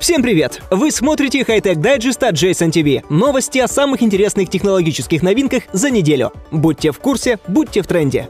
Всем привет! Вы смотрите High-Tech Digest от Jason TV. Новости о самых интересных технологических новинках за неделю. Будьте в курсе, будьте в тренде.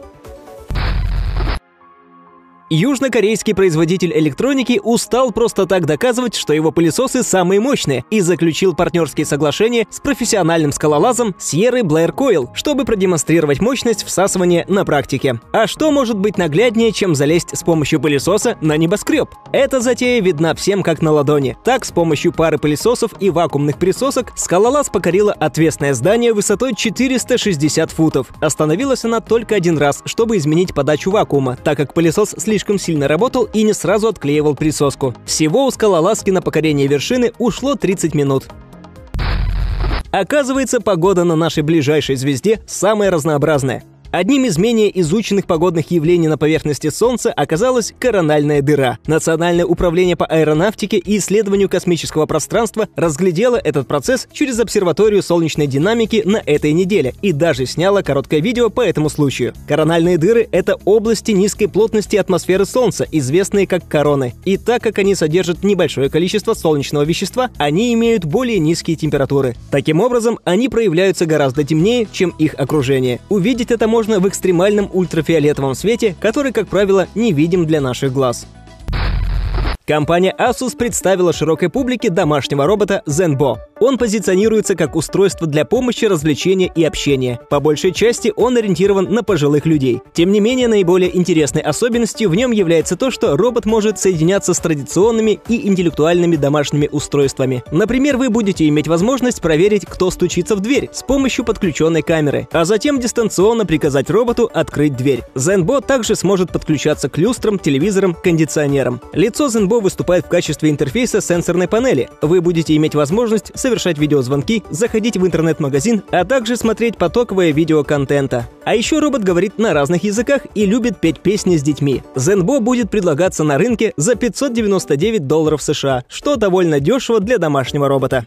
Южнокорейский производитель электроники устал просто так доказывать, что его пылесосы самые мощные, и заключил партнерские соглашения с профессиональным скалолазом Sierra Blair Coil, чтобы продемонстрировать мощность всасывания на практике. А что может быть нагляднее, чем залезть с помощью пылесоса на небоскреб? Эта затея видна всем как на ладони. Так, с помощью пары пылесосов и вакуумных присосок скалолаз покорила отвесное здание высотой 460 футов. Остановилась она только один раз, чтобы изменить подачу вакуума, так как пылесос слишком сильно работал и не сразу отклеивал присоску. Всего у скалолазки на покорение вершины ушло 30 минут. Оказывается, погода на нашей ближайшей звезде самая разнообразная. Одним из менее изученных погодных явлений на поверхности Солнца оказалась корональная дыра. Национальное управление по аэронавтике и исследованию космического пространства разглядело этот процесс через обсерваторию солнечной динамики на этой неделе и даже сняло короткое видео по этому случаю. Корональные дыры — это области низкой плотности атмосферы Солнца, известные как короны. И так как они содержат небольшое количество солнечного вещества, они имеют более низкие температуры. Таким образом, они проявляются гораздо темнее, чем их окружение. Увидеть это можно в экстремальном ультрафиолетовом свете, который, как правило, не видим для наших глаз. Компания Asus представила широкой публике домашнего робота Zenbo. Он позиционируется как устройство для помощи, развлечения и общения. По большей части он ориентирован на пожилых людей. Тем не менее, наиболее интересной особенностью в нем является то, что робот может соединяться с традиционными и интеллектуальными домашними устройствами. Например, вы будете иметь возможность проверить, кто стучится в дверь с помощью подключенной камеры, а затем дистанционно приказать роботу открыть дверь. Zenbo также сможет подключаться к люстрам, телевизорам, кондиционерам. Лицо Zenbo выступает в качестве интерфейса сенсорной панели. Вы будете иметь возможность совершать видеозвонки, заходить в интернет-магазин, а также смотреть потоковое видео контента. А еще робот говорит на разных языках и любит петь песни с детьми. Zenbo будет предлагаться на рынке за $599 США, что довольно дешево для домашнего робота.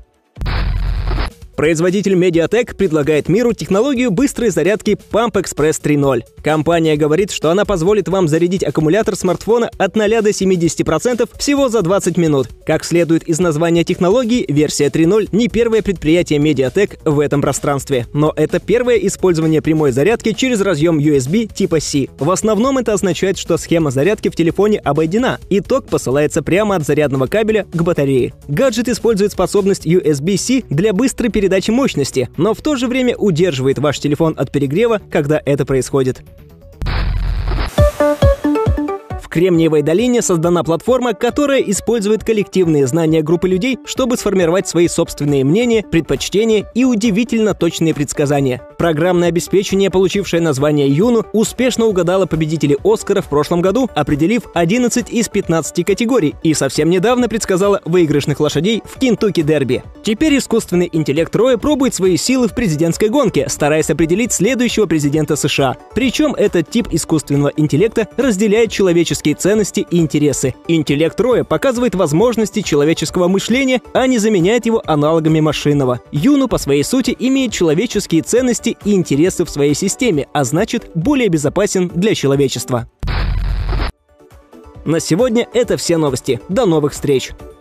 Производитель MediaTek предлагает миру технологию быстрой зарядки Pump Express 3.0. Компания говорит, что она позволит вам зарядить аккумулятор смартфона от 0 до 70% всего за 20 минут. Как следует из названия технологии, версия 3.0 не первое предприятие MediaTek в этом пространстве, но это первое использование прямой зарядки через разъем USB типа C. В основном это означает, что схема зарядки в телефоне обойдена, и ток посылается прямо от зарядного кабеля к батарее. Гаджет использует способность USB-C для быстрой передачи мощности, но в то же время удерживает ваш телефон от перегрева, когда это происходит. В Кремниевой долине создана платформа, которая использует коллективные знания группы людей, чтобы сформировать свои собственные мнения, предпочтения и удивительно точные предсказания. Программное обеспечение, получившее название Юну, успешно угадало победителей Оскара в прошлом году, определив 11 из 15 категорий, и совсем недавно предсказала выигрышных лошадей в Кентукки Дерби. Теперь искусственный интеллект Роя пробует свои силы в президентской гонке, стараясь определить следующего президента США. Причем этот тип искусственного интеллекта разделяет человеческие ценности и интересы. Интеллект Роя показывает возможности человеческого мышления, а не заменяет его аналогами машинного. Юну по своей сути имеет человеческие ценности и интересы в своей системе, а значит, более безопасен для человечества. На сегодня это все новости. До новых встреч!